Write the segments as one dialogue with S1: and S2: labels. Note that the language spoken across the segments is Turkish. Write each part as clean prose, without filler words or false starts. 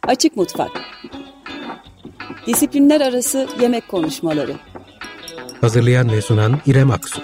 S1: Açık Mutfak. Disiplinler arası yemek konuşmaları.
S2: Hazırlayan ve sunan İrem Aksu.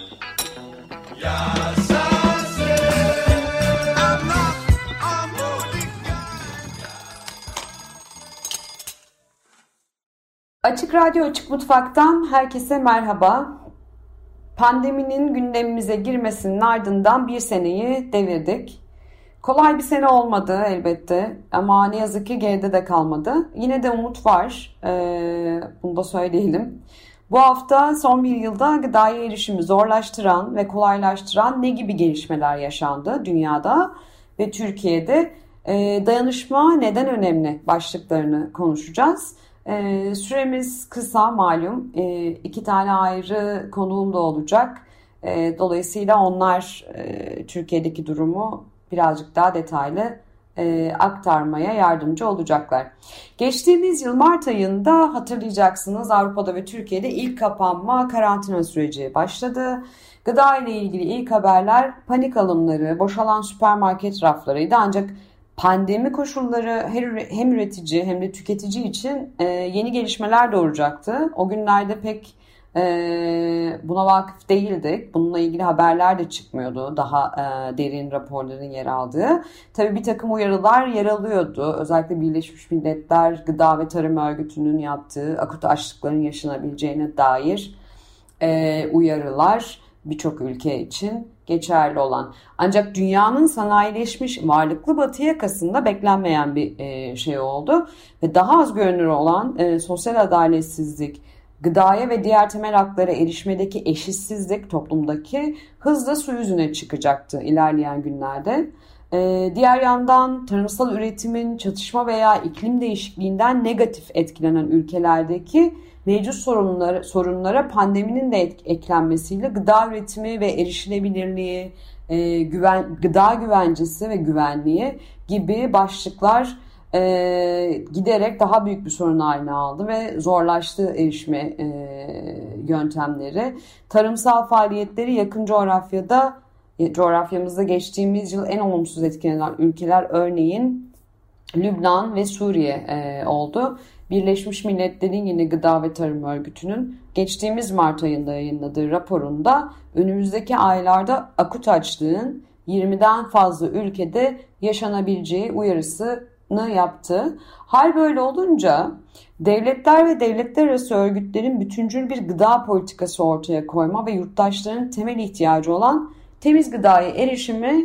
S3: Açık Radyo Açık Mutfak'tan herkese merhaba. Pandeminin gündemimize girmesinin ardından bir seneyi devirdik. Kolay bir sene olmadı elbette ama ne yazık ki geride de kalmadı. Yine de umut var, bunu da söyleyelim. Bu hafta son bir yılda gıdaya erişimi zorlaştıran ve kolaylaştıran ne gibi gelişmeler yaşandı dünyada ve Türkiye'de? Dayanışma neden önemli başlıklarını konuşacağız. Süremiz kısa malum. 2 tane ayrı konuğum da olacak. Dolayısıyla onlar Türkiye'deki durumu birazcık daha detaylı aktarmaya yardımcı olacaklar. Geçtiğimiz yıl Mart ayında hatırlayacaksınız Avrupa'da ve Türkiye'de ilk kapanma karantina süreci başladı. Gıda ile ilgili ilk haberler panik alımları, boşalan süpermarket raflarıydı ancak pandemi koşulları hem üretici hem de tüketici için yeni gelişmeler doğuracaktı. O günlerde pek buna vakıf değildik. Bununla ilgili haberler de çıkmıyordu. Daha derin raporların yer aldığı. Tabii bir takım uyarılar yer alıyordu. Özellikle Birleşmiş Milletler Gıda ve Tarım Örgütü'nün yaptığı akut açlıkların yaşanabileceğine dair uyarılar birçok ülke için geçerli olan. Ancak dünyanın sanayileşmiş varlıklı batı yakasında beklenmeyen bir şey oldu. Ve daha az görünür olan sosyal adaletsizlik, gıdaya ve diğer temel haklara erişmedeki eşitsizlik toplumdaki hızla su yüzüne çıkacaktı ilerleyen günlerde. Diğer yandan tarımsal üretimin çatışma veya iklim değişikliğinden negatif etkilenen ülkelerdeki mevcut sorunlara pandeminin de eklenmesiyle gıda üretimi ve erişilebilirliği, gıda güvencesi ve güvenliği gibi başlıklar giderek daha büyük bir sorun haline aldı ve zorlaştı erişme yöntemleri. Tarımsal faaliyetleri yakın coğrafyamızda geçtiğimiz yıl en olumsuz etkilenen ülkeler örneğin Lübnan ve Suriye oldu. Birleşmiş Milletler'in yine Gıda ve Tarım Örgütü'nün geçtiğimiz Mart ayında yayınladığı raporunda önümüzdeki aylarda akut açlığın 20'den fazla ülkede yaşanabileceği uyarısını yaptı. Hal böyle olunca devletler ve devletler arası örgütlerin bütüncül bir gıda politikası ortaya koyma ve yurttaşların temel ihtiyacı olan temiz gıdaya erişimi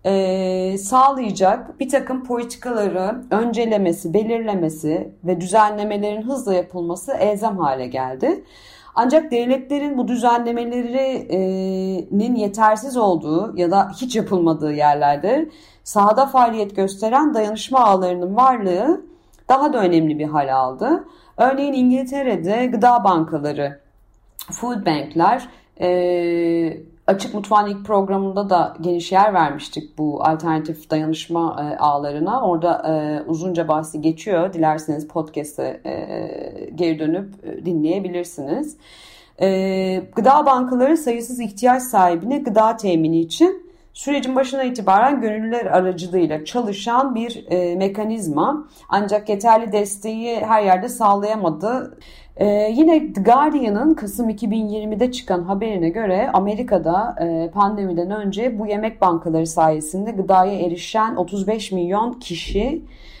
S3: sağlayacak bir takım politikaları öncelemesi, belirlemesi ve düzenlemelerin hızla yapılması elzem hale geldi. Ancak devletlerin bu düzenlemelerinin yetersiz olduğu ya da hiç yapılmadığı yerlerde sahada faaliyet gösteren dayanışma ağlarının varlığı daha da önemli bir hal aldı. Örneğin İngiltere'de gıda bankaları, food bankler, Açık Mutfağın ilk programında da geniş yer vermiştik bu alternatif dayanışma ağlarına. Orada uzunca bahsi geçiyor. Dilerseniz podcast'e geri dönüp dinleyebilirsiniz. Gıda bankaları sayısız ihtiyaç sahibine gıda temini için sürecin başına itibaren gönüllüler aracılığıyla çalışan bir mekanizma. Ancak yeterli desteği her yerde sağlayamadı. Yine The Guardian'ın Kasım 2020'de çıkan haberine göre Amerika'da pandemiden önce bu yemek bankaları sayesinde gıdaya erişen 35 milyon kişiye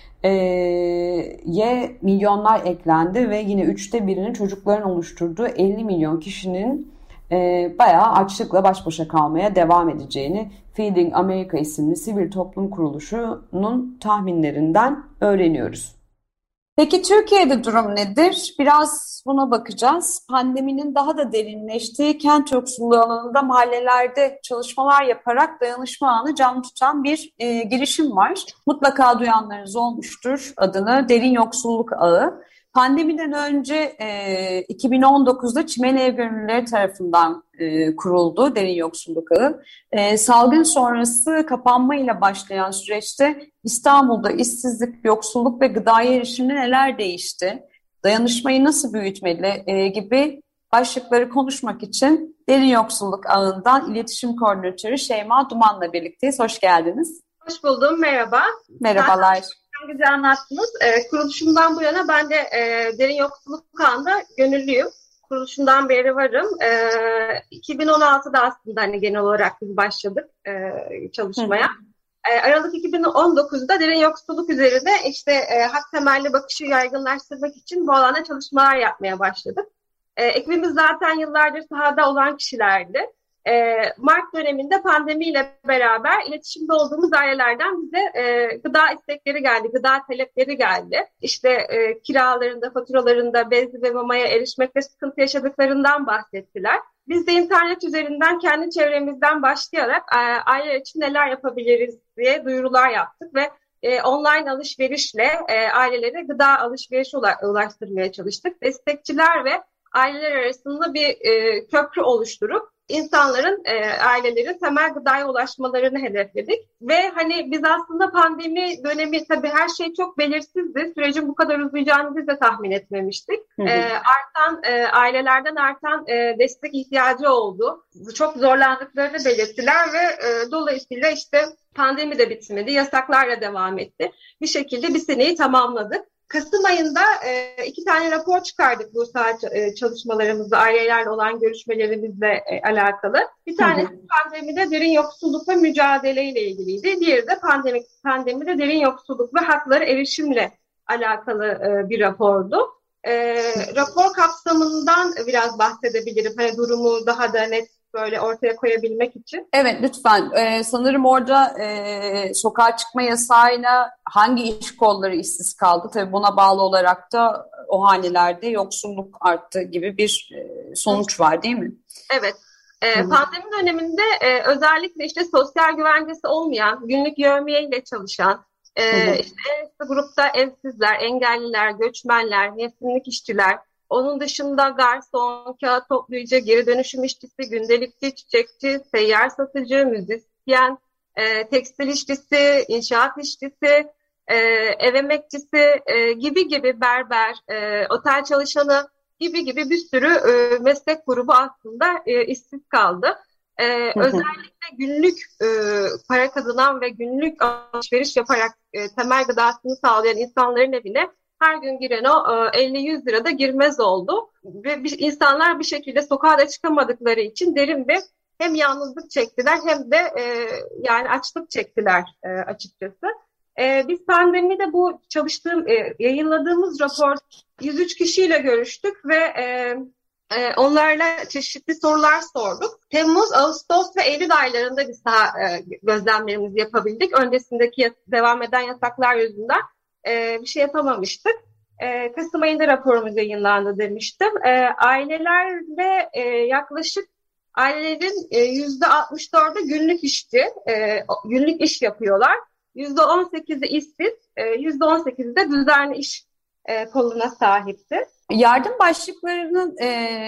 S3: milyonlar eklendi ve yine 1/3'ünün çocukların oluşturduğu 50 milyon kişinin bayağı açlıkla baş başa kalmaya devam edeceğini Feeding America isimli sivil toplum kuruluşunun tahminlerinden öğreniyoruz. Peki Türkiye'de durum nedir? Biraz buna bakacağız. Pandeminin daha da derinleştiği kent yoksulluğu alanında mahallelerde çalışmalar yaparak dayanışma ağını canlı tutan bir girişim var. Mutlaka duyanlarınız olmuştur adını Derin Yoksulluk Ağı. Pandemiden önce 2019'da Çimen Ev Gönüllüleri tarafından kuruldu Derin Yoksulluk Ağı. Salgın sonrası kapanmayla başlayan süreçte İstanbul'da işsizlik, yoksulluk ve gıdaya erişimde neler değişti? Dayanışmayı nasıl büyütmeli gibi başlıkları konuşmak için Derin Yoksulluk Ağı'ndan İletişim Koordinatörü Şeyma Duman'la birlikteyiz. Hoş geldiniz.
S4: Hoş buldum, merhaba.
S3: Merhabalar.
S4: güzel anlattınız. Kuruluşumdan bu yana ben de derin yoksulluk ağında gönüllüyüm. Kuruluşundan beri varım. 2016'da aslında hani genel olarak biz başladık çalışmaya. Aralık 2019'da derin yoksulluk üzerine hak temelli bakışı yaygınlaştırmak için bu alanda çalışmalar yapmaya başladık. Ekibimiz zaten yıllardır sahada olan kişilerdi. Mart döneminde pandemiyle beraber iletişimde olduğumuz ailelerden bize gıda istekleri geldi, gıda talepleri geldi. Kiralarında, faturalarında bez ve mamaya erişmekte sıkıntı yaşadıklarından bahsettiler. Biz de internet üzerinden kendi çevremizden başlayarak aileler için neler yapabiliriz diye duyurular yaptık ve online alışverişle ailelere gıda alışverişi ulaştırmaya çalıştık. Destekçiler ve aileler arasında bir köprü oluşturup insanların, ailelerin temel gıdaya ulaşmalarını hedefledik. Ve hani biz aslında pandemi dönemi tabii her şey çok belirsizdi. Sürecin bu kadar uzayacağını biz de tahmin etmemiştik. Ailelerden artan destek ihtiyacı oldu. Çok zorlandıklarını belirttiler ve dolayısıyla pandemi de bitmedi, yasaklar da devam etti. Bir şekilde bir seneyi tamamladık. Kasım ayında 2 tane rapor çıkardık bu saha çalışmalarımızda, ailelerle olan görüşmelerimizle alakalı. Bir tanesi pandemide derin yoksullukla mücadeleyle ilgiliydi. Diğeri de pandemide derin yoksulluk ve haklara erişimle alakalı bir rapordu. Rapor kapsamından biraz bahsedebilirim. Hani durumu daha da net böyle ortaya koyabilmek için.
S3: Evet, lütfen. Sanırım orada sokağa çıkma yasağıyla hangi iş kolları işsiz kaldı? Tabii buna bağlı olarak da o hanelerde yoksulluk arttı gibi bir sonuç var, değil mi?
S4: Evet. Pandemi döneminde özellikle sosyal güvencesi olmayan, günlük yevmiyeyle çalışan, en üst grupta evsizler, engelliler, göçmenler, mevsimlik işçiler, onun dışında garson, kağıt toplayıcı, geri dönüşüm işçisi, gündelikçi, çiçekçi, seyyar satıcı, müzisyen, tekstil işçisi, inşaat işçisi, ev emekçisi gibi berber, otel çalışanı gibi bir sürü meslek grubu aslında işsiz kaldı. Özellikle günlük para kazanan ve günlük alışveriş yaparak temel gıdasını sağlayan insanların evine her gün giren o 50-100 lirada girmez oldu. Ve insanlar bir şekilde sokağa da çıkamadıkları için derin bir hem yalnızlık çektiler hem de yani açlık çektiler açıkçası. Biz pandemide bu yayınladığımız rapor 103 kişiyle görüştük ve onlarla çeşitli sorular sorduk. Temmuz, Ağustos ve Eylül aylarında biz daha gözlemlerimizi yapabildik. Öncesindeki devam eden yasaklar yüzünden bir şey yapamamıştık. Kasım ayında raporumuz yayınlandı demiştim. Ailelerde yaklaşık ailelerin %64'ü günlük işçi, günlük iş yapıyorlar. %18'i işsiz, %18'i de düzenli iş koluna sahipti.
S3: Yardım başlıklarının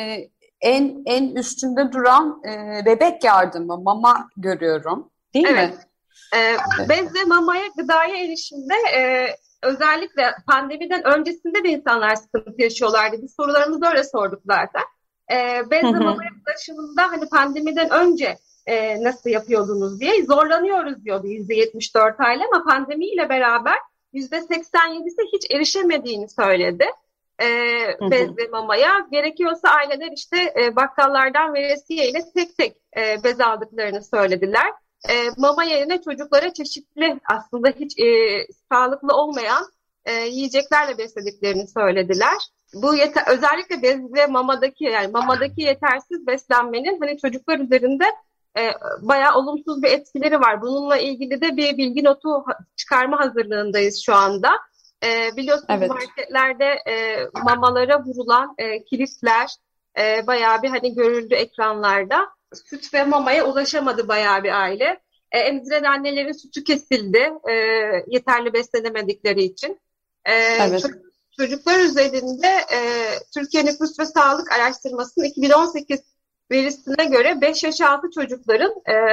S3: en üstünde duran bebek yardımı, mama görüyorum, değil mi?
S4: Bez ve mamaya, gıdaya erişimde özellikle pandemiden öncesinde de insanlar sıkıntı yaşıyorlardı. Biz sorularımızı öyle sorduk zaten. Bez ve mamaya ulaşımında hani pandemiden önce nasıl yapıyordunuz diye zorlanıyoruz diyordu %74 aile ama pandemiyle beraber %87'si hiç erişemediğini söyledi. Bez ve mamaya. Gerekiyorsa aileler bakkallardan veresiyeyle tek tek bez aldıklarını söylediler. Mama yerine çocuklara çeşitli aslında hiç sağlıklı olmayan yiyeceklerle beslediklerini söylediler. Bu özellikle bez ve mamadaki yetersiz beslenmenin hani çocuklar üzerinde bayağı olumsuz bir etkileri var. Bununla ilgili de bir bilgi notu çıkarma hazırlığındayız şu anda. Biliyorsunuz marketlerde mamalara vurulan kilitler bayağı bir hani görüldü ekranlarda. Süt ve mamaya ulaşamadı bayağı bir aile. Emziren annelerin sütü kesildi yeterli beslenemedikleri için. Çocuklar üzerinde Türkiye Nüfus ve Sağlık Araştırması'nın 2018 verisine göre 5 yaş altı çocukların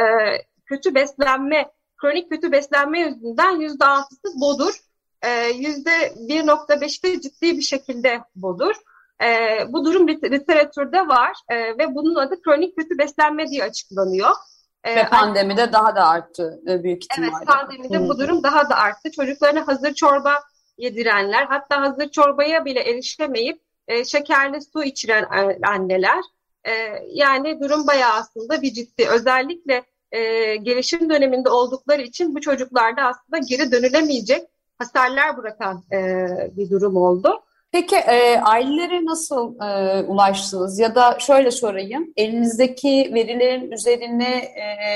S4: kronik kötü beslenme yüzünden %6'sı bodur. %1.5'i de ciddi bir şekilde bodur. Bu durum literatürde var ve bunun adı kronik kötü beslenme diye açıklanıyor.
S3: Ve pandemide daha da arttı büyük ihtimalle.
S4: Evet, pandemide bu durum daha da arttı. Çocuklarına hazır çorba yedirenler, hatta hazır çorbaya bile erişemeyip şekerli su içiren anneler. Yani durum bayağı aslında bir ciddi. Özellikle gelişim döneminde oldukları için bu çocuklarda aslında geri dönülemeyecek hasarlar bırakan bir durum oldu.
S3: Peki ailelere nasıl ulaştınız? Ya da şöyle sorayım, elinizdeki verilerin üzerine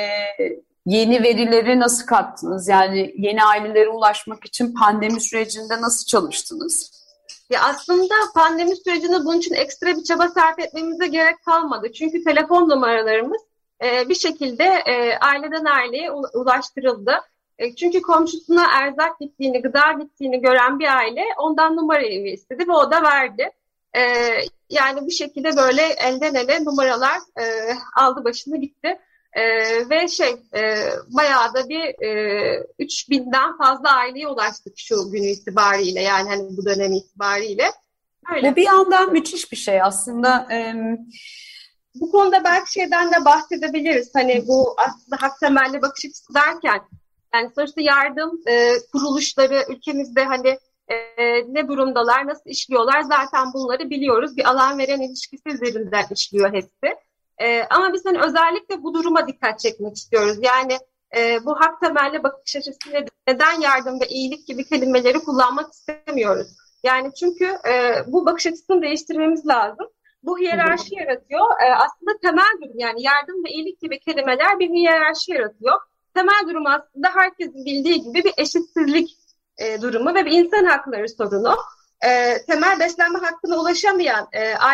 S3: yeni verileri nasıl kattınız? Yani yeni ailelere ulaşmak için pandemi sürecinde nasıl çalıştınız?
S4: Ya aslında pandemi sürecinde bunun için ekstra bir çaba sarf etmemize gerek kalmadı. Çünkü telefon numaralarımız bir şekilde aileden aileye ulaştırıldı. Çünkü komşusuna erzak gittiğini, gıda gittiğini gören bir aile ondan numarayı istedi ve o da verdi. Yani bir şekilde böyle elden ele numaralar aldı başını gitti. Ve bayağı da bir 3000'den fazla aileye ulaştık şu günü itibariyle, yani hani bu dönem itibariyle. Öyle.
S3: Bu bir yandan müthiş bir şey aslında.
S4: Bu konuda belki şeyden de bahsedebiliriz. Hani bu aslında hak temelli bakış açısı derken, yani sonuçta yardım kuruluşları ülkemizde hani ne durumdalar, nasıl işliyorlar zaten bunları biliyoruz. Bir alan veren ilişkisi üzerinden işliyor hepsi. Ama biz hani özellikle bu duruma dikkat çekmek istiyoruz. Yani bu hak temelli bakış açısı neden yardım ve iyilik gibi kelimeleri kullanmak istemiyoruz. Yani çünkü bu bakış açısını değiştirmemiz lazım. Bu hiyerarşi yaratıyor. Aslında temel durum, yani yardım ve iyilik gibi kelimeler bir hiyerarşi yaratıyor. Temel durum aslında herkesin bildiği gibi bir eşitsizlik durumu ve bir insan hakları sorunu. Temel beslenme hakkına ulaşamayan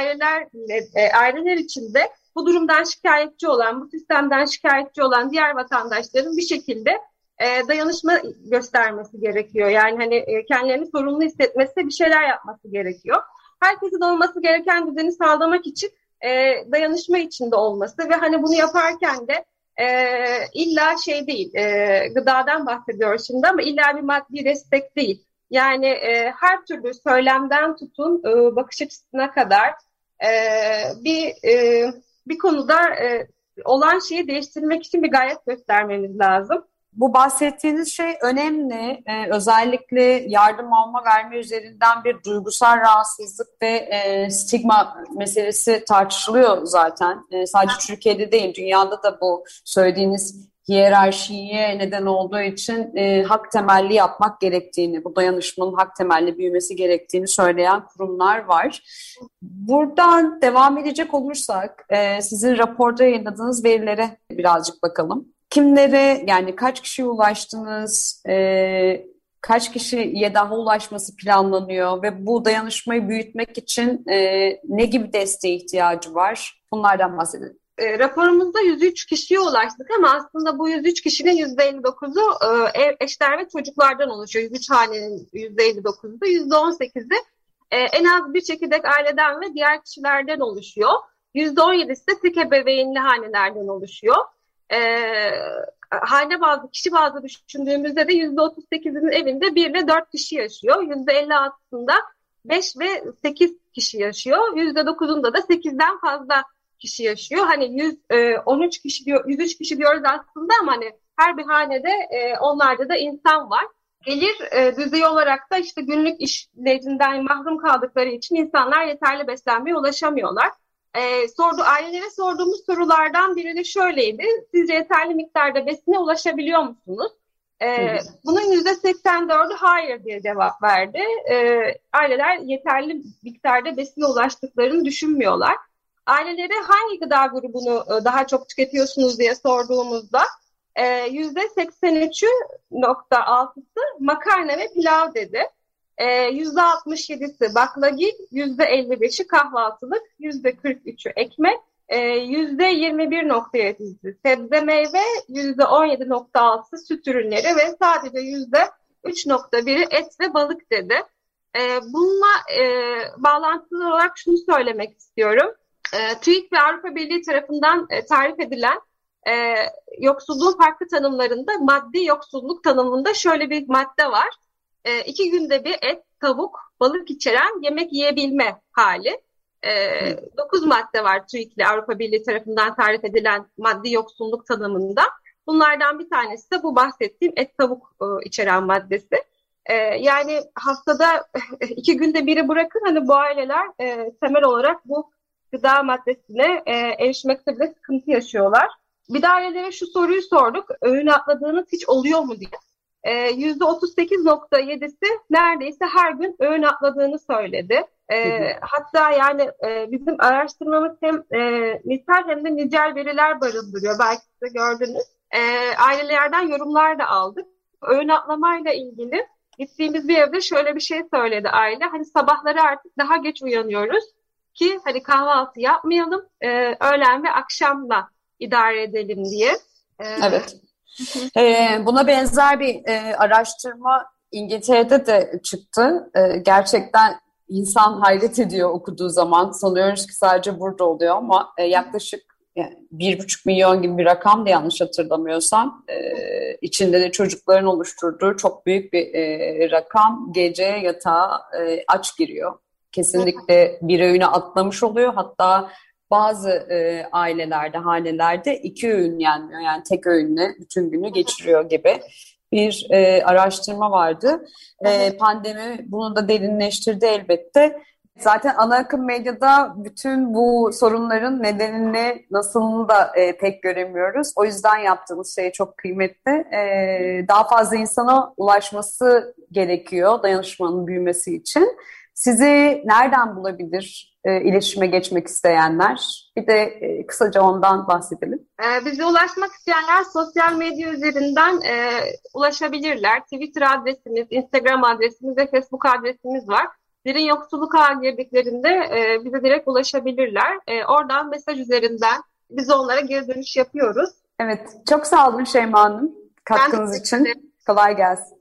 S4: aileler içinde bu durumdan şikayetçi olan, bu sistemden şikayetçi olan diğer vatandaşların bir şekilde dayanışma göstermesi gerekiyor. Yani hani kendilerini sorumlu hissetmesi, bir şeyler yapması gerekiyor. Herkesin olması gereken düzeni sağlamak için dayanışma içinde olması ve hani bunu yaparken de illa değil, gıdadan bahsediyoruz şimdi ama illa bir maddi destek değil. Yani her türlü söylemden tutun bakış açısına kadar bir konuda olan şeyi değiştirmek için bir gayret göstermemiz lazım.
S3: Bu bahsettiğiniz şey önemli. Özellikle yardım alma verme üzerinden bir duygusal rahatsızlık ve stigma meselesi tartışılıyor zaten. Sadece Türkiye'de değil, dünyada da bu söylediğiniz hiyerarşiye neden olduğu için hak temelli yapmak gerektiğini, bu dayanışmanın hak temelli büyümesi gerektiğini söyleyen kurumlar var. Buradan devam edecek olursak sizin raporda yayınladığınız verilere birazcık bakalım. Kimlere, yani kaç kişiye ulaştınız, kaç kişiye daha ulaşması planlanıyor ve bu dayanışmayı büyütmek için ne gibi desteğe ihtiyacı var? Bunlardan bahsedelim.
S4: Raporumuzda 103 kişiye ulaştık ama aslında bu 103 kişinin %59'u eşler ve çocuklardan oluşuyor. 103 hanenin %59'u da %18'i en az bir çekirdek aileden ve diğer kişilerden oluşuyor. %17'si de tek ebeveynli hanelerden oluşuyor. Hane bazı, kişi bazı düşündüğümüzde de %38'inin evinde 1 ile 4 kişi yaşıyor. %56'sında 5 ve 8 kişi yaşıyor. %9'unda da 8'den fazla kişi yaşıyor. Hani 113 kişi diyor, 103 kişi diyoruz aslında ama hani her bir hanede onlarda da insan var. Gelir düzeyi olarak da işte günlük işlerinden mahrum kaldıkları için insanlar yeterli beslenmeye ulaşamıyorlar. Ailelere sorduğumuz sorulardan biri de şöyleydi: sizce yeterli miktarda besine ulaşabiliyor musunuz? Bunun %84'ü hayır diye cevap verdi. Aileler yeterli miktarda besine ulaştıklarını düşünmüyorlar. Ailelere hangi gıda grubunu daha çok tüketiyorsunuz diye sorduğumuzda %83.6'sı makarna ve pilav dedi. %67'si baklagil, %55'i kahvaltılık, %43'ü ekmek, %21.7'si sebze meyve, %17.6'sı süt ürünleri ve sadece %3.1'i et ve balık dedi. Bununla bağlantılı olarak şunu söylemek istiyorum. TÜİK ve Avrupa Birliği tarafından tarif edilen yoksulluğun farklı tanımlarında maddi yoksulluk tanımında şöyle bir madde var. 2 günde bir et, tavuk, balık içeren yemek yiyebilme hali. 9 madde var TÜİK'le Avrupa Birliği tarafından tarif edilen maddi yoksulluk tanımında. Bunlardan bir tanesi de bu bahsettiğim et tavuk içeren maddesi. Yani haftada 2 günde biri bırakın hani bu aileler temel olarak bu gıda maddesine erişmekte bile sıkıntı yaşıyorlar. Bir de ailelere şu soruyu sorduk, öğün atladığınız hiç oluyor mu diye. %38.7'si neredeyse her gün öğün atladığını söyledi. Hatta yani bizim araştırmamız hem nitel hem de nicel veriler barındırıyor. Belki siz de gördünüz. Ailelerden yorumlar da aldık. Öğün atlamayla ilgili gittiğimiz bir evde şöyle bir şey söyledi aile. Hani sabahları artık daha geç uyanıyoruz ki hani kahvaltı yapmayalım, öğlen ve akşamla idare edelim diye.
S3: Evet. Buna benzer bir araştırma İngiltere'de de çıktı. Gerçekten insan hayret ediyor okuduğu zaman. Sanıyoruz ki sadece burada oluyor ama yaklaşık 1,5 milyon gibi bir rakam da yanlış hatırlamıyorsam. İçinde de çocukların oluşturduğu çok büyük bir rakam. Gece yatağa aç giriyor. Kesinlikle bir öğünü atlamış oluyor. Hatta bazı ailelerde, hanelerde 2 öğün yenmiyor. Yani tek öğünle bütün günü geçiriyor gibi bir araştırma vardı. Pandemi bunu da derinleştirdi elbette. Zaten ana akım medyada bütün bu sorunların nedenini, nasılını da pek göremiyoruz. O yüzden yaptığımız şey çok kıymetli. Daha fazla insana ulaşması gerekiyor dayanışmanın büyümesi için. Sizi nereden bulabilir iletişime geçmek isteyenler? Bir de kısaca ondan bahsedelim.
S4: Bize ulaşmak isteyenler sosyal medya üzerinden ulaşabilirler. Twitter adresimiz, Instagram adresimiz ve Facebook adresimiz var. Derin yoksulluk ağı girdiklerinde bize direkt ulaşabilirler. Oradan mesaj üzerinden biz onlara geri dönüş yapıyoruz.
S3: Evet, çok sağ olun Şeyma Hanım katkınız için. Kolay gelsin.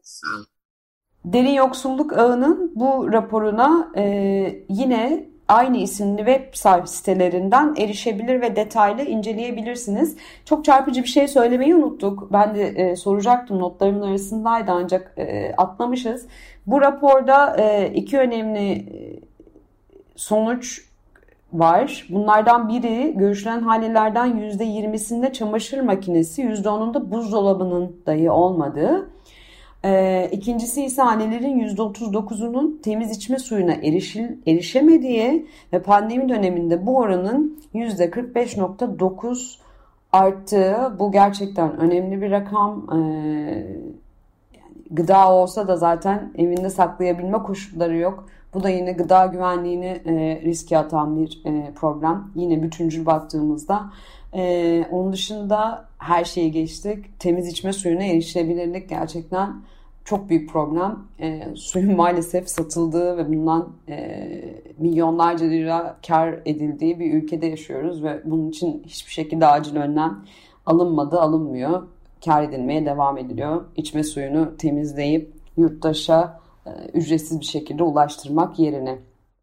S3: Derin Yoksulluk Ağı'nın bu raporuna yine aynı isimli web sitelerinden erişebilir ve detaylı inceleyebilirsiniz. Çok çarpıcı bir şey söylemeyi unuttuk. Ben de soracaktım, notlarımın arasındaydı ancak atlamışız. Bu raporda 2 önemli sonuç var. Bunlardan biri görüşülen halelerden %20'sinde çamaşır makinesi, %10'unda buzdolabının dahi olmadığı. İkincisi ise hanelerin %39'unun temiz içme suyuna erişemediği ve pandemi döneminde bu oranın %45.9 arttığı. Bu gerçekten önemli bir rakam. Gıda olsa da zaten evinde saklayabilme koşulları yok. Bu da yine gıda güvenliğini riske atan bir problem. Yine bütüncül baktığımızda. Onun dışında her şeyi geçtik. Temiz içme suyuna erişilebilirlik gerçekten çok büyük problem. Suyun maalesef satıldığı ve bundan milyonlarca lira kar edildiği bir ülkede yaşıyoruz ve bunun için hiçbir şekilde acil önlem alınmıyor. Kar edilmeye devam ediliyor. İçme suyunu temizleyip yurttaşa ücretsiz bir şekilde ulaştırmak yerine.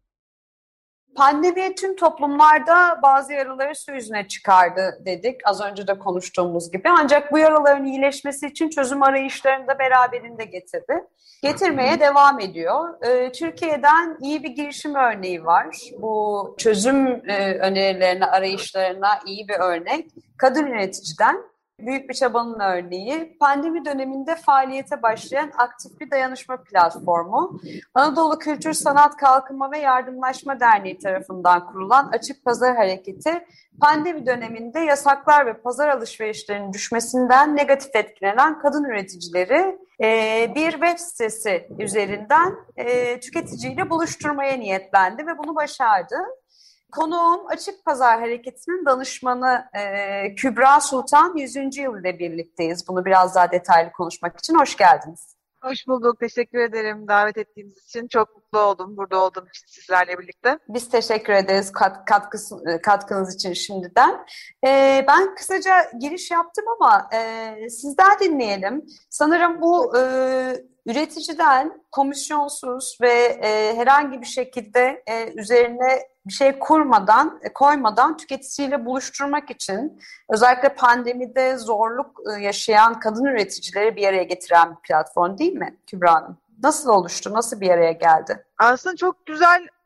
S3: Pandemi tüm toplumlarda bazı yaraları su yüzüne çıkardı dedik. Az önce de konuştuğumuz gibi. Ancak bu yaraların iyileşmesi için çözüm arayışlarını da beraberinde getirdi. Getirmeye devam ediyor. Türkiye'den iyi bir girişim örneği var. Bu çözüm önerilerine, arayışlarına iyi bir örnek. Kadın yöneticiden. Büyük bir çabanın örneği. Pandemi döneminde faaliyete başlayan aktif bir dayanışma platformu. Anadolu Kültür Sanat Kalkınma ve Yardımlaşma Derneği tarafından kurulan Açık Pazar Hareketi, pandemi döneminde yasaklar ve pazar alışverişlerinin düşmesinden negatif etkilenen kadın üreticileri bir web sitesi üzerinden tüketiciyle buluşturmaya niyetlendi ve bunu başardı. Konuğum Açık Pazar Hareketi'nin danışmanı Kübra Sultan, 100. yıl ile birlikteyiz. Bunu biraz daha detaylı konuşmak için hoş geldiniz.
S5: Hoş bulduk. Teşekkür ederim davet ettiğiniz için. Çok mutlu oldum burada olduğum için sizlerle birlikte.
S3: Biz teşekkür ederiz katkınız için şimdiden. Ben kısaca giriş yaptım ama sizden dinleyelim. Sanırım bu üreticiden komisyonsuz ve herhangi bir şekilde üzerine bir şey koymadan tüketiciyle buluşturmak için özellikle pandemide zorluk yaşayan kadın üreticileri bir araya getiren bir platform değil mi Kübra Hanım? Nasıl oluştu? Nasıl bir araya geldi?
S5: Aslında çok güzel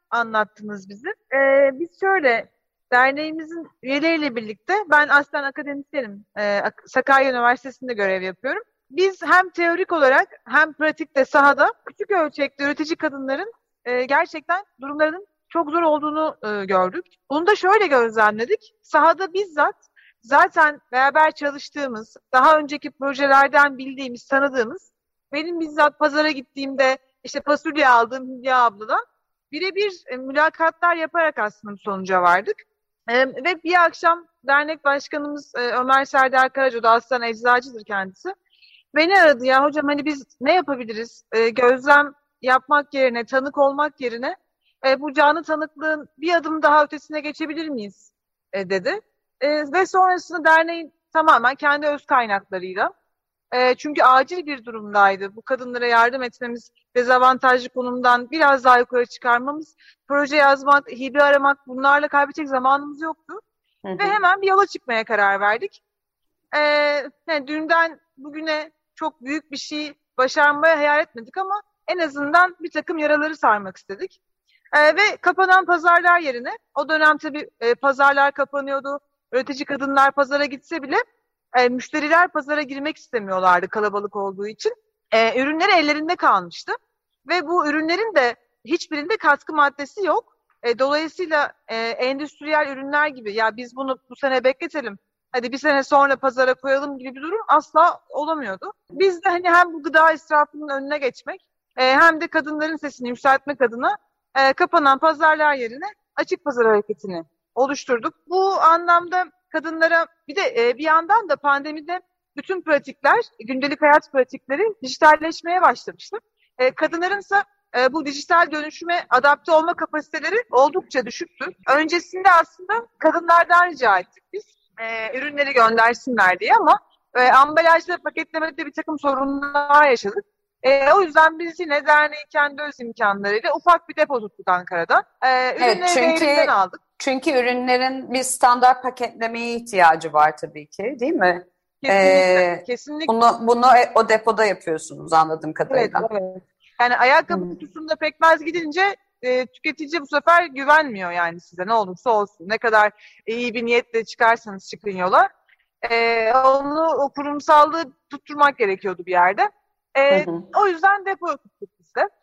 S5: anlattınız bizi. Biz şöyle, derneğimizin üyeleriyle birlikte, ben aslen akademisyenim. Sakarya Üniversitesi'nde görev yapıyorum. Biz hem teorik olarak hem pratikte sahada küçük ölçekli üretici kadınların gerçekten durumlarının çok zor olduğunu gördük. Bunu da şöyle gözlemledik. Sahada bizzat zaten beraber çalıştığımız, daha önceki projelerden bildiğimiz, tanıdığımız, benim bizzat pazara gittiğimde işte fasulye aldığım Hülya abladan birebir mülakatlar yaparak aslında bu sonuca vardık. Ve bir akşam dernek başkanımız Ömer Serdar Karaca, o da aslen eczacıdır kendisi, beni aradı. Ya hocam, hani biz ne yapabiliriz? Gözlem yapmak yerine, tanık olmak yerine bu canlı tanıklığın bir adım daha ötesine geçebilir miyiz? Dedi. Ve sonrasında derneğin tamamen kendi öz kaynaklarıyla, çünkü acil bir durumdaydı. Bu kadınlara yardım etmemiz, dezavantajlı konumdan biraz daha yukarı çıkarmamız, proje yazmak, hibe aramak, bunlarla kaybedecek zamanımız yoktu. Ve hemen bir yola çıkmaya karar verdik. Yani dünden bugüne çok büyük bir şey başarmaya hayal etmedik ama en azından bir takım yaraları sarmak istedik. Ve kapanan pazarlar yerine, o dönem tabii pazarlar kapanıyordu, üretici kadınlar pazara gitse bile müşteriler pazara girmek istemiyorlardı kalabalık olduğu için. Ürünleri ellerinde kalmıştı. Ve bu ürünlerin de hiçbirinde katkı maddesi yok. Dolayısıyla endüstriyel ürünler gibi, ya biz bunu bu sene bekletelim, hadi bir sene sonra pazara koyalım gibi bir durum asla olamıyordu. Biz de hani hem bu gıda israfının önüne geçmek hem de kadınların sesini yükseltmek adına kapanan pazarlar yerine açık pazar hareketini oluşturduk. Bu anlamda kadınlara bir de bir yandan da pandemide bütün pratikler, gündelik hayat pratikleri dijitalleşmeye başlamıştı. Kadınların ise bu dijital dönüşüme adapte olma kapasiteleri oldukça düşüktü. Öncesinde aslında kadınlardan rica ettik biz ürünleri göndersinler diye ama ambalajda, paketlemede bir takım sorunlar yaşadık. O yüzden biz yine derneğin kendi öz imkanlarıyla ufak bir depo tuttuk Ankara'da. Ürünleri elinden aldık.
S3: Çünkü ürünlerin bir standart paketlemeye ihtiyacı var tabii ki, değil mi?
S5: Kesinlikle. Kesinlikle.
S3: Bunu o depoda yapıyorsunuz anladığım kadarıyla.
S5: Evet. Yani ayakkabı kutusunda pekmez gidince tüketici bu sefer güvenmiyor yani size, ne olursa olsun. Ne kadar iyi bir niyetle çıkarsanız çıkın yola. Onu, o kurumsallığı tutturmak gerekiyordu bir yerde. O yüzden depo tuttuk biz de.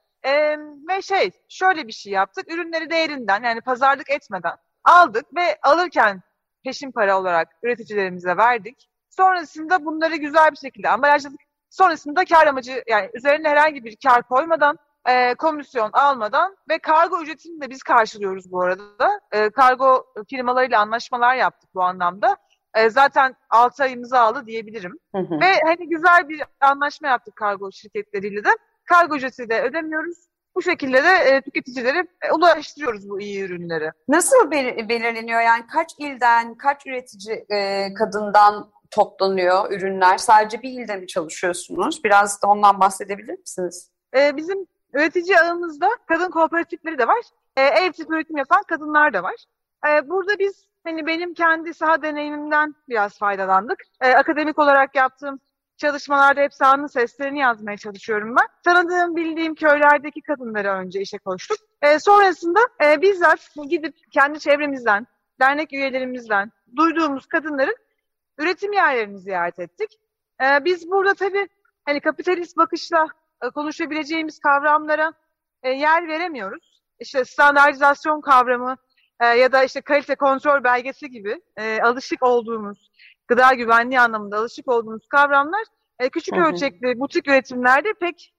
S5: Ve şöyle bir şey yaptık. Ürünleri değerinden, yani pazarlık etmeden aldık ve alırken peşin para olarak üreticilerimize verdik. Sonrasında bunları güzel bir şekilde ambalajladık. Sonrasında kar amacı, yani üzerine herhangi bir kar koymadan, komisyon almadan ve kargo ücretini de biz karşılıyoruz bu arada. Kargo firmalarıyla anlaşmalar yaptık bu anlamda. Zaten 6 ayımızı aldı diyebilirim. Ve hani güzel bir anlaşma yaptık kargo şirketleriyle de. Kargo ücreti de ödemiyoruz. Bu şekilde de tüketicilere ulaştırıyoruz bu iyi ürünleri.
S3: Nasıl belirleniyor? Yani kaç ilden, kaç üretici kadından toplanıyor ürünler? Sadece bir ilde mi çalışıyorsunuz? Biraz da ondan bahsedebilir misiniz?
S5: Bizim üretici ağımızda kadın kooperatifleri de var. Ev tipi üretim yapan kadınlar da var. Burada biz, hani benim kendi saha deneyimimden biraz faydalandık. Akademik olarak yaptığım çalışmalarda hep sahanın seslerini yazmaya çalışıyorum ben. Tanıdığım, bildiğim köylerdeki kadınları önce işe koştuk. Sonrasında bizzat gidip kendi çevremizden, dernek üyelerimizden duyduğumuz kadınların üretim yerlerini ziyaret ettik. Biz burada tabii hani kapitalist bakışla konuşabileceğimiz kavramlara yer veremiyoruz. İşte standartizasyon kavramı ya da işte kalite kontrol belgesi gibi alışık olduğumuz, gıda güvenliği anlamında alışık olduğumuz kavramlar küçük ölçekli butik üretimlerde pek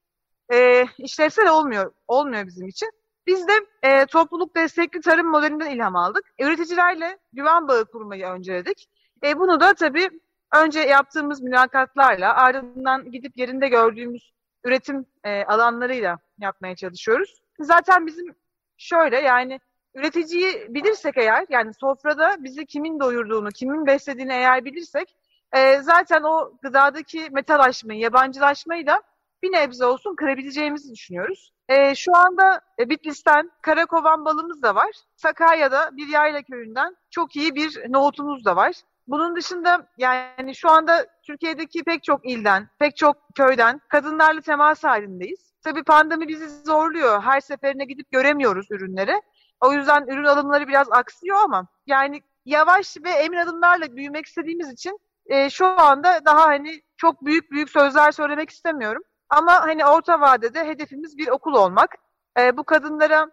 S5: işlevsel olmuyor bizim için. Biz de topluluk destekli tarım modelinden ilham aldık. Üreticilerle güven bağı kurmayı önceledik. Bunu da tabii önce yaptığımız mülakatlarla, ardından gidip yerinde gördüğümüz üretim alanlarıyla yapmaya çalışıyoruz. Zaten bizim şöyle, yani üreticiyi bilirsek eğer, yani sofrada bizi kimin doyurduğunu, kimin beslediğini eğer bilirsek, zaten o gıdadaki metalaşmayı, yabancılaşmayı da bir nebze olsun kırabileceğimizi düşünüyoruz. Şu anda Bitlis'ten Karakovan balımız da var. Sakarya'da bir yayla köyünden çok iyi bir nohutumuz da var. Bunun dışında yani şu anda Türkiye'deki pek çok ilden, pek çok köyden kadınlarla temas halindeyiz. Tabii pandemi bizi zorluyor. Her seferine gidip göremiyoruz ürünleri. O yüzden ürün alımları biraz aksıyor ama yani yavaş ve emin adımlarla büyümek istediğimiz için şu anda daha hani çok büyük sözler söylemek istemiyorum. Ama hani orta vadede hedefimiz bir okul olmak. Bu kadınlara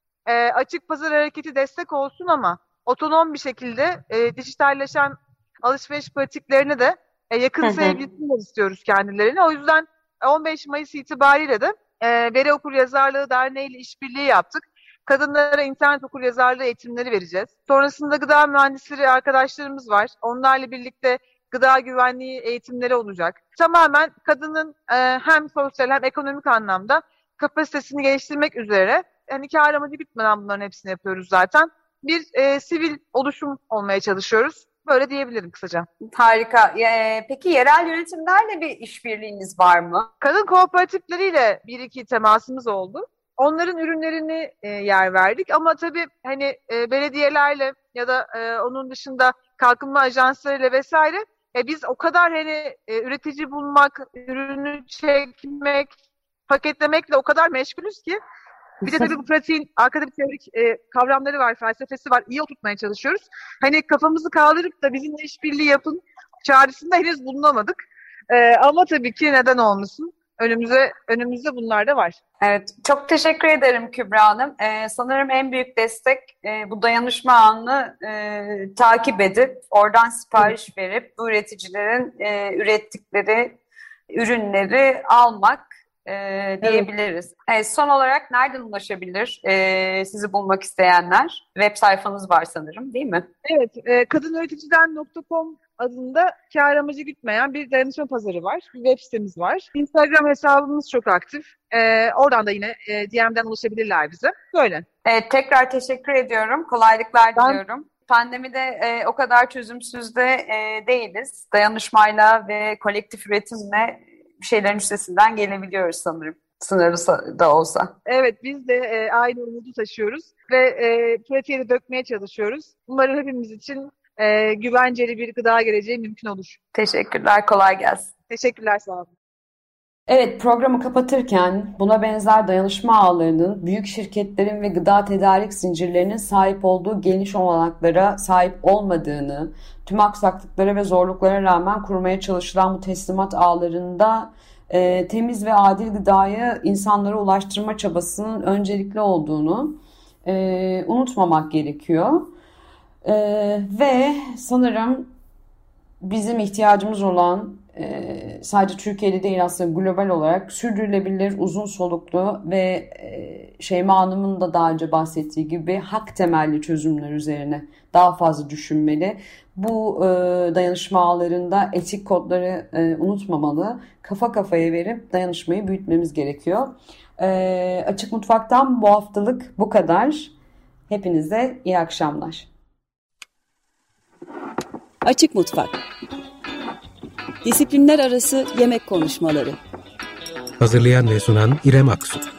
S5: açık pazar hareketi destek olsun ama otonom bir şekilde dijitalleşen alışveriş pratiklerine de yakın sevgisini istiyoruz kendilerine. O yüzden 15 Mayıs itibariyle de Veri Okuryazarlığı Derneği ile işbirliği yaptık. Kadınlara internet okuryazarlığı eğitimleri vereceğiz. Sonrasında gıda mühendisleri arkadaşlarımız var. Onlarla birlikte gıda güvenliği eğitimleri olacak. Tamamen kadının hem sosyal hem ekonomik anlamda kapasitesini geliştirmek üzere, hani kâr amacı bitmeden bunların hepsini yapıyoruz zaten. Bir sivil oluşum olmaya çalışıyoruz. Böyle diyebilirim kısaca.
S3: Harika. Peki yerel yönetimlerle bir işbirliğiniz var mı?
S5: Kadın kooperatifleriyle bir iki temasımız oldu. Onların ürünlerini yer verdik ama tabii hani belediyelerle ya da onun dışında kalkınma ajanslarıyla vesaire biz o kadar hani üretici bulmak, ürünü çekmek, paketlemekle o kadar meşgulüz ki bir de tabii bu pratiğin arkada bir teorik kavramları var, felsefesi var. İyi oturtmaya çalışıyoruz. Hani kafamızı kaldırıp da bizimle işbirliği yapın çağrısında henüz bulunamadık. Ama tabii ki neden olmasın? Önümüzde bunlar da var.
S3: Evet, çok teşekkür ederim Kübra Hanım. Sanırım en büyük destek bu dayanışma ağını takip edip, oradan sipariş verip bu üreticilerin ürettikleri ürünleri almak diyebiliriz. Evet, son olarak nereden ulaşabilir sizi bulmak isteyenler? Web sayfanız var sanırım, değil mi?
S5: Evet, kadınüreticiden.com adında kâr amacı gütmeyen bir dayanışma pazarı var. Bir web sitemiz var. Instagram hesabımız çok aktif. Oradan da yine DM'den ulaşabilirler bize. Böyle.
S3: Evet, tekrar teşekkür ediyorum. Kolaylıklar diliyorum. Pandemide o kadar çözümsüz de değiliz. Dayanışmayla ve kolektif üretimle bir şeylerin üstesinden gelebiliyoruz sanırım. Sınırlı da olsa.
S5: Evet, biz de aynı umudu taşıyoruz ve pratiğe de dökmeye çalışıyoruz. Umarım hepimiz için güvenceli bir gıda geleceği mümkün olur.
S3: Teşekkürler, kolay gelsin.
S5: Teşekkürler, sağ olun.
S3: Evet, programı kapatırken buna benzer dayanışma ağlarının büyük şirketlerin ve gıda tedarik zincirlerinin sahip olduğu geniş olanaklara sahip olmadığını, tüm aksaklıklara ve zorluklara rağmen kurmaya çalışılan bu teslimat ağlarında temiz ve adil gıdayı insanlara ulaştırma çabasının öncelikli olduğunu unutmamak gerekiyor. Ve sanırım bizim ihtiyacımız olan sadece Türkiye'de değil aslında global olarak sürdürülebilir, uzun soluklu ve Şeyma Hanım'ın da daha önce bahsettiği gibi hak temelli çözümler üzerine daha fazla düşünmeli. Bu dayanışma ağlarında etik kodları unutmamalı. Kafa kafaya verip dayanışmayı büyütmemiz gerekiyor. Açık Mutfak'tan bu haftalık bu kadar. Hepinize iyi akşamlar.
S1: Açık Mutfak. Disiplinler arası yemek konuşmaları.
S2: Hazırlayan ve sunan İrem Aksu.